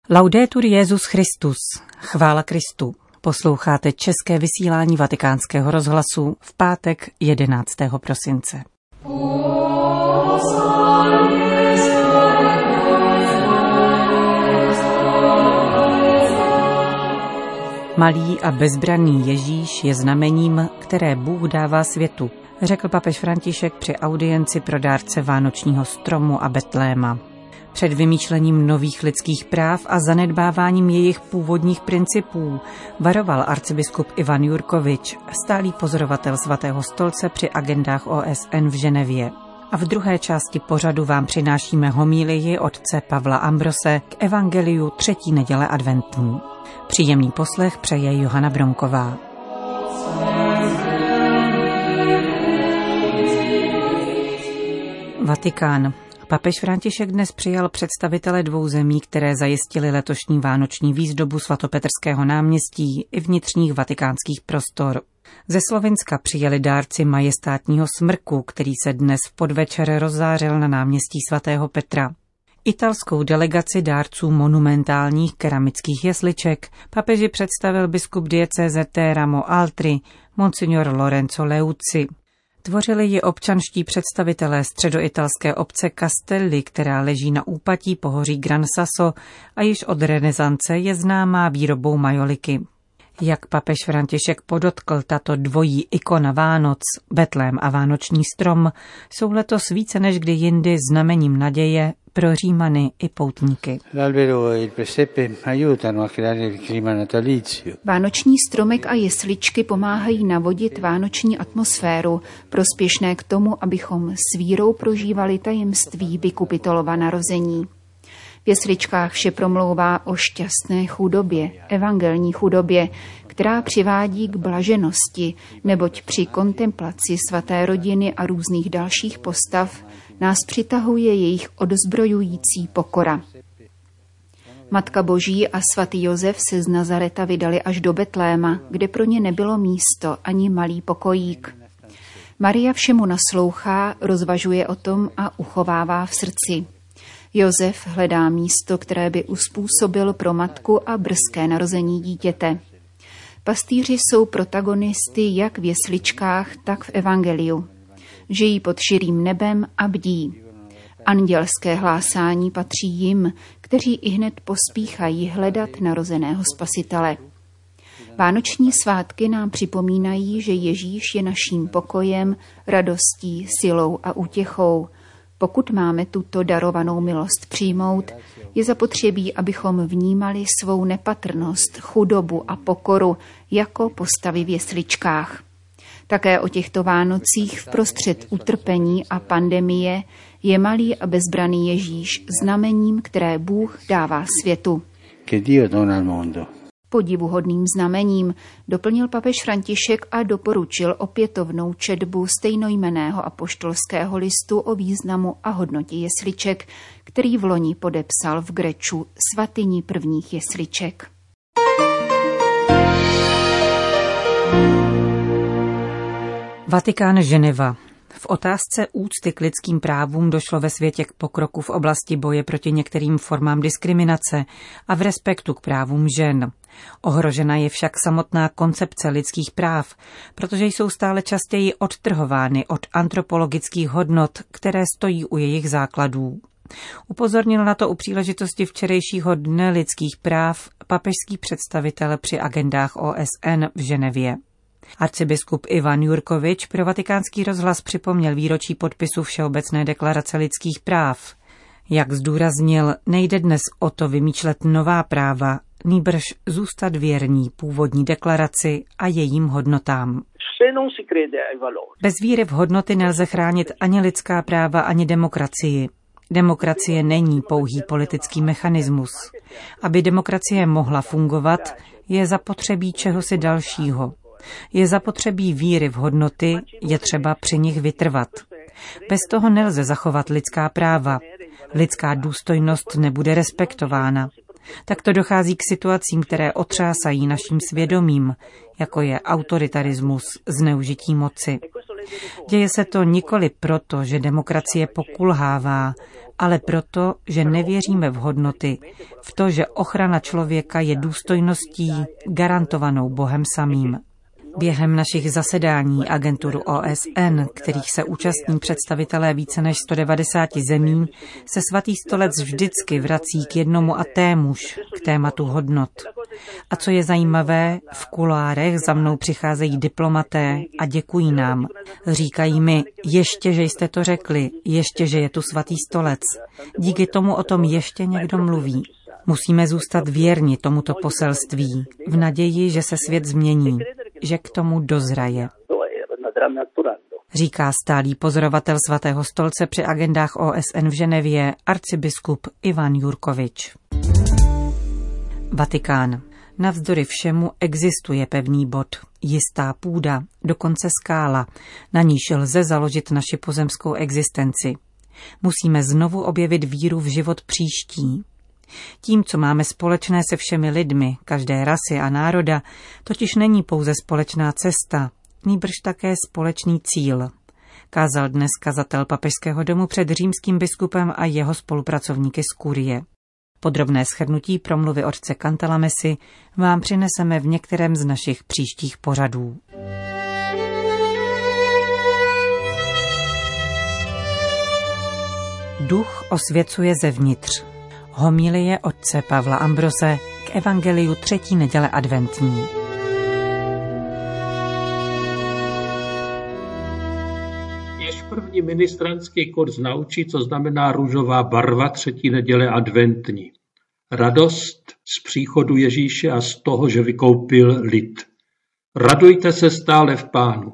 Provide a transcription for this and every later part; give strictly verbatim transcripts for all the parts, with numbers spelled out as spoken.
Laudetur Jesus Christus, chvála Kristu. Posloucháte české vysílání Vatikánského rozhlasu v pátek jedenáctého prosince. Malý a bezbranný Ježíš je znamením, které Bůh dává světu, řekl papež František při audienci pro dárce vánočního stromu a Betléma. Před vymýšlením nových lidských práv a zanedbáváním jejich původních principů varoval arcibiskup Ivan Jurkovič, stálý pozorovatel Svatého stolce při agendách O S N v Ženevě. A v druhé části pořadu vám přinášíme homílii otce Pavla Ambrose k evangeliu třetí neděle adventní. Příjemný poslech přeje Johana Bronková. Vatikán. Papež František dnes přijal představitele dvou zemí, které zajistily letošní vánoční výzdobu svatopetrského náměstí i vnitřních vatikánských prostor. Ze Slovinska přijeli dárci majestátního smrku, který se dnes v podvečer rozzářil na náměstí svatého Petra. Italskou delegaci dárců monumentálních keramických jesliček papeži představil biskup diecéze Teramo Altri, monsignor Lorenzo Leuci. Tvořili ji občanští představitelé středoitalské obce Castelli, která leží na úpatí pohoří Gran Sasso a již od renesance je známá výrobou majoliky. Jak papež František podotkl, tato dvojí ikona Vánoc, Betlém a vánoční strom, jsou letos více než kdy jindy znamením naděje pro Římany i poutníky. Vánoční stromek a jesličky pomáhají navodit vánoční atmosféru, prospěšné k tomu, abychom s vírou prožívali tajemství vykupitelova narození. V jesličkách vše promlouvá o šťastné chudobě, evangelní chudobě, která přivádí k blaženosti, neboť při kontemplaci svaté rodiny a různých dalších postav nás přitahuje jejich odzbrojující pokora. Matka Boží a svatý Josef se z Nazareta vydali až do Betléma, kde pro ně nebylo místo ani malý pokojík. Maria všemu naslouchá, rozvažuje o tom a uchovává v srdci. Josef hledá místo, které by uspůsobil pro matku a brzké narození dítěte. Pastýři jsou protagonisty jak v jesličkách, tak v evangeliu. Žijí pod širým nebem a bdí. Andělské hlásání patří jim, kteří ihned pospíchají hledat narozeného Spasitele. Vánoční svátky nám připomínají, že Ježíš je naším pokojem, radostí, silou a útěchou. Pokud máme tuto darovanou milost přijmout, je zapotřebí, abychom vnímali svou nepatrnost, chudobu a pokoru jako postavy v jesličkách. Také o těchto Vánocích vprostřed utrpení a pandemie je malý a bezbranný Ježíš znamením, které Bůh dává světu. Podivuhodným znamením doplnil papež František a doporučil opětovnou četbu stejnojmenného apoštolského listu o významu a hodnotě jesliček, který vloni podepsal v Greču svatyni prvních jesliček. Vatikán, Ženeva. V otázce úcty k lidským právům došlo ve světě k pokroku v oblasti boje proti některým formám diskriminace a v respektu k právům žen. Ohrožena je však samotná koncepce lidských práv, protože jsou stále častěji odtrhovány od antropologických hodnot, které stojí u jejich základů. Upozornil na to u příležitosti včerejšího dne lidských práv papežský představitel při agendách O S N v Ženevě. Arcibiskup Ivan Jurkovič pro Vatikánský rozhlas připomněl výročí podpisu Všeobecné deklarace lidských práv. Jak zdůraznil, nejde dnes o to vymýšlet nová práva, nýbrž zůstat věrní původní deklaraci a jejím hodnotám. Bez víry v hodnoty nelze chránit ani lidská práva, ani demokracii. Demokracie není pouhý politický mechanismus. Aby demokracie mohla fungovat, je zapotřebí čehosi dalšího. Je zapotřebí víry v hodnoty, je třeba při nich vytrvat. Bez toho nelze zachovat lidská práva. Lidská důstojnost nebude respektována. Takto dochází k situacím, které otřásají naším svědomím, jako je autoritarismus, zneužití moci. Děje se to nikoli proto, že demokracie pokulhává, ale proto, že nevěříme v hodnoty, v to, že ochrana člověka je důstojností garantovanou Bohem samým. Během našich zasedání agenturu O S N, kterých se účastní představitelé více než sto devadesáti zemí, se svatý stolec vždycky vrací k jednomu a témuž, k tématu hodnot. A co je zajímavé, v kulárech za mnou přicházejí diplomaté a děkují nám. Říkají mi, ještě, že jste to řekli, ještě, že je tu svatý stolec. Díky tomu o tom ještě někdo mluví. Musíme zůstat věrni tomuto poselství, v naději, že se svět změní, že k tomu dozraje. Říká stálý pozorovatel svatého stolce při agendách O S N v Ženevě arcibiskup Ivan Jurkovič. Vatikán. Navzdory všemu existuje pevný bod, jistá půda, dokonce skála, na níž lze založit naši pozemskou existenci. Musíme znovu objevit víru v život příští. Tím, co máme společné se všemi lidmi, každé rasy a národa, totiž není pouze společná cesta, nýbrž také společný cíl, kázal dnes kazatel Papežského domu před římským biskupem a jeho spolupracovníky z kurie. Podrobné shrnutí promluvy otce Cantalamessy vám přineseme v některém z našich příštích pořadů. Duch osvěcuje zevnitř. Homilie otce Pavla Ambrose k evangeliu třetí neděle adventní. Jež první ministrantský kurz naučí, co znamená růžová barva třetí neděle adventní. Radost z příchodu Ježíše a z toho, že vykoupil lid. Radujte se stále v Pánu.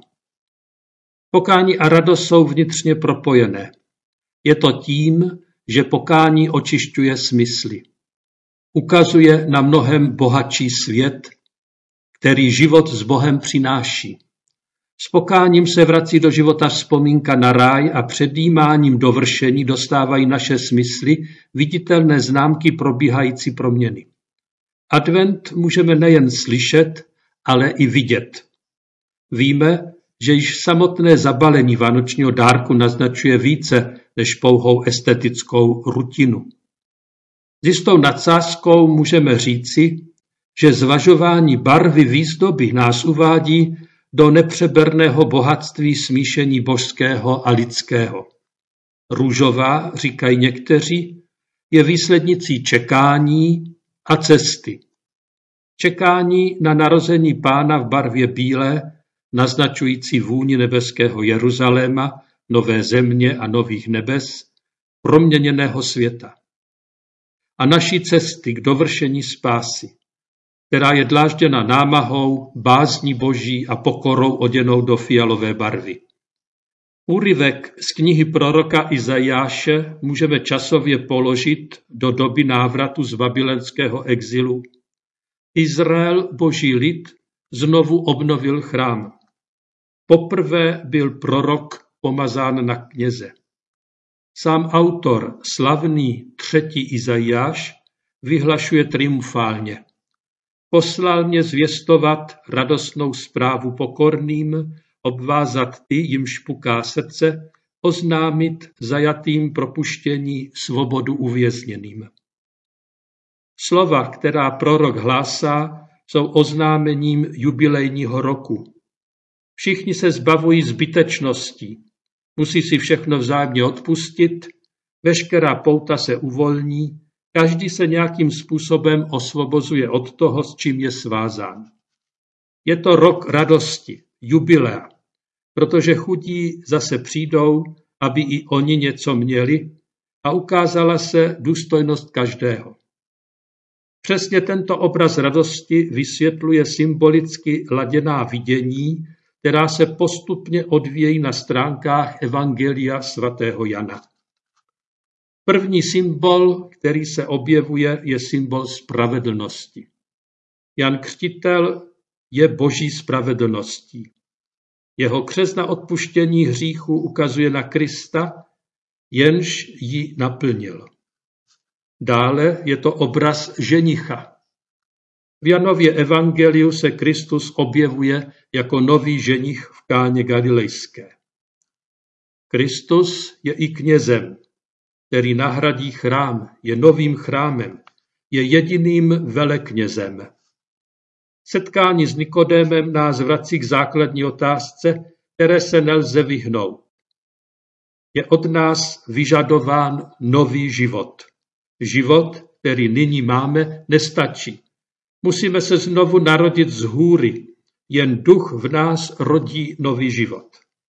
Pokání a radost jsou vnitřně propojené. Je to tím, že pokání očišťuje smysly. Ukazuje na mnohem bohatší svět, který život s Bohem přináší. S pokáním se vrací do života vzpomínka na ráj a předjímáním dovršení dostávají naše smysly viditelné známky probíhající proměny. Advent můžeme nejen slyšet, ale i vidět. Víme, že již samotné zabalení vánočního dárku naznačuje více než pouhou estetickou rutinu. S jistou nadsázkou můžeme říci, že zvažování barvy výzdoby nás uvádí do nepřeberného bohatství smíšení božského a lidského. Růžová, říkají někteří, je výslednicí čekání a cesty. Čekání na narození Pána v barvě bílé, naznačující vůni nebeského Jeruzaléma, nové země a nových nebes, proměněného světa. A naší cesty k dovršení spásy, která je dlážděna námahou, bázní boží a pokorou oděnou do fialové barvy. Úryvek z knihy proroka Izajáše můžeme časově položit do doby návratu z babylonského exilu. Izrael, boží lid, znovu obnovil chrám. Poprvé byl prorok pomazán na kněze. Sám autor, slavný třetí Izajáš, vyhlašuje triumfálně. Poslal mě zvěstovat radostnou zprávu pokorným, obvázat ty, jimž puká srdce, oznámit zajatým propuštění, svobodu uvězněným. Slova, která prorok hlásá, jsou oznámením jubilejního roku. Všichni se zbavují zbytečností, musí si všechno vzájemně odpustit, veškerá pouta se uvolní, každý se nějakým způsobem osvobozuje od toho, s čím je svázán. Je to rok radosti, jubilea, protože chudí zase přijdou, aby i oni něco měli, a ukázala se důstojnost každého. Přesně tento obraz radosti vysvětluje symbolicky laděná vidění, která se postupně odvíjejí na stránkách Evangelia svatého Jana. První symbol, který se objevuje, je symbol spravedlnosti. Jan Křtitel je boží spravedlností. Jeho křest na odpuštění hříchu ukazuje na Krista, jenž ji naplnil. Dále je to obraz ženicha. V Janově evangeliu se Kristus objevuje jako nový ženich v Káně Galilejské. Kristus je i knězem, který nahradí chrám, je novým chrámem, je jediným veleknězem. Setkání s Nikodémem nás vrací k základní otázce, které se nelze vyhnout. Je od nás vyžadován nový život. Život, který nyní máme, nestačí. Musíme se znovu narodit z hůry. Jen duch v nás rodí nový život.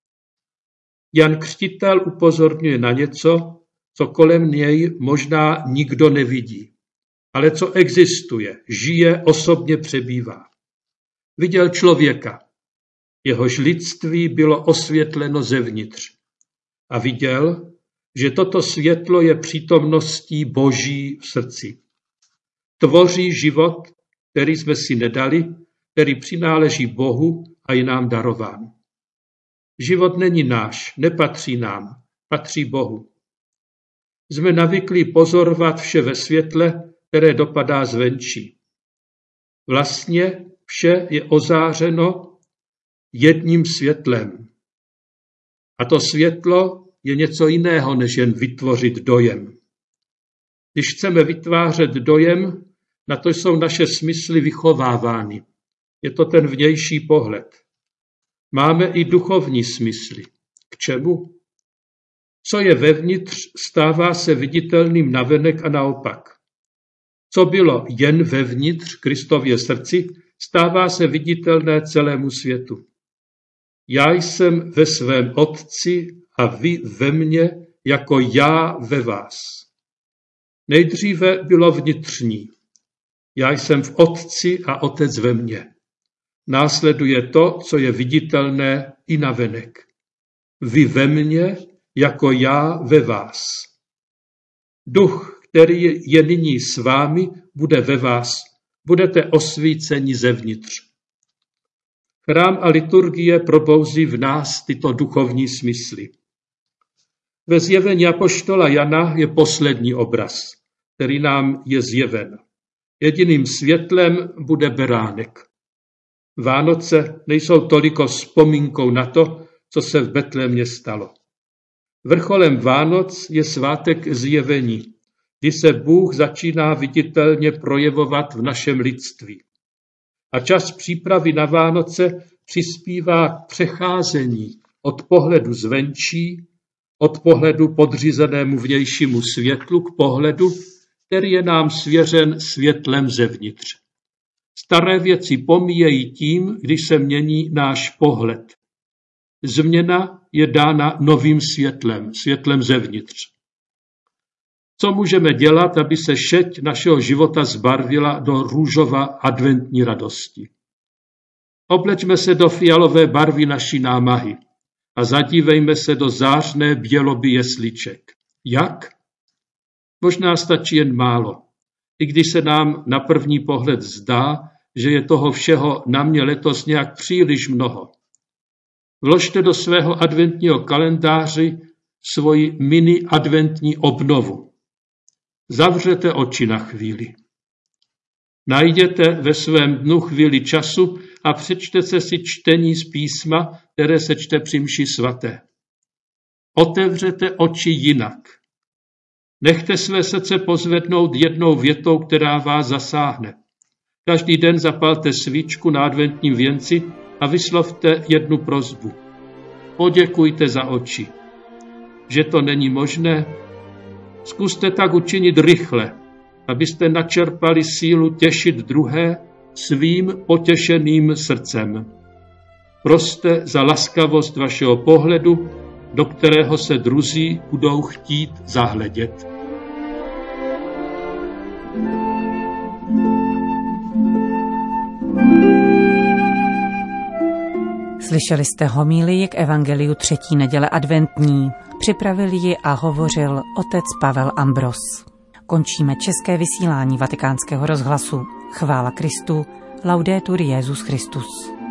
Jan Křtitel upozorňuje na něco, co kolem něj možná nikdo nevidí, ale co existuje, žije, osobně přebývá. Viděl člověka, jehož lidství bylo osvětleno zevnitř. A viděl, že toto světlo je přítomností Boží v srdci. Tvoří život, který jsme si nedali, který přináleží Bohu a je nám darován. Život není náš, nepatří nám, patří Bohu. Jsme navyklí pozorovat vše ve světle, které dopadá zvenčí. Vlastně vše je ozářeno jedním světlem. A to světlo je něco jiného, než jen vytvořit dojem. Když chceme vytvářet dojem, na to jsou naše smysly vychovávány. Je to ten vnější pohled. Máme i duchovní smysly. K čemu? Co je vevnitř, stává se viditelným navenek a naopak. Co bylo jen vevnitř Kristově srdci, stává se viditelné celému světu. Já jsem ve svém Otci a vy ve mně, jako já ve vás. Nejdříve bylo vnitřní. Já jsem v Otci a Otec ve mně. Následuje to, co je viditelné i navenek. Vy ve mně, jako já ve vás. Duch, který je nyní s vámi, bude ve vás. Budete osvíceni zevnitř. Chrám a liturgie probouzí v nás tyto duchovní smysly. Ve zjevení apoštola Jana je poslední obraz, který nám je zjeven. Jediným světlem bude beránek. Vánoce nejsou toliko vzpomínkou na to, co se v Betlémě stalo. Vrcholem Vánoc je svátek zjevení, kdy se Bůh začíná viditelně projevovat v našem lidství. A čas přípravy na Vánoce přispívá k přecházení od pohledu zvenčí, od pohledu podřízenému vnějšímu světlu k pohledu, který je nám svěřen světlem zevnitř. Staré věci pomíjejí tím, když se mění náš pohled. Změna je dána novým světlem, světlem zevnitř. Co můžeme dělat, aby se šeť našeho života zbarvila do růžova adventní radosti? Oblečme se do fialové barvy naší námahy a zadívejme se do zářné běloby jesliček. Jak? Možná stačí jen málo. I když se nám na první pohled zdá, že je toho všeho na mě letos nějak příliš mnoho. Vložte do svého adventního kalendáři svoji mini adventní obnovu. Zavřete oči na chvíli. Najděte ve svém dnu chvíli času a přečtěte si čtení z písma, které se čte při mši svaté. Otevřete oči jinak. Nechte své srdce pozvednout jednou větou, která vás zasáhne. Každý den zapalte svíčku na adventním věnci a vyslovte jednu prosbu. Poděkujte za oči. Že to není možné? Zkuste tak učinit rychle, abyste načerpali sílu těšit druhé svým potěšeným srdcem. Proste za laskavost vašeho pohledu, do kterého se druzí budou chtít zahledět. Slyšeli jste homílii k evangeliu třetí neděle adventní. Připravil ji a hovořil otec Pavel Ambros. Končíme české vysílání Vatikánského rozhlasu. Chvála Kristu, laudetur Jesus Christus.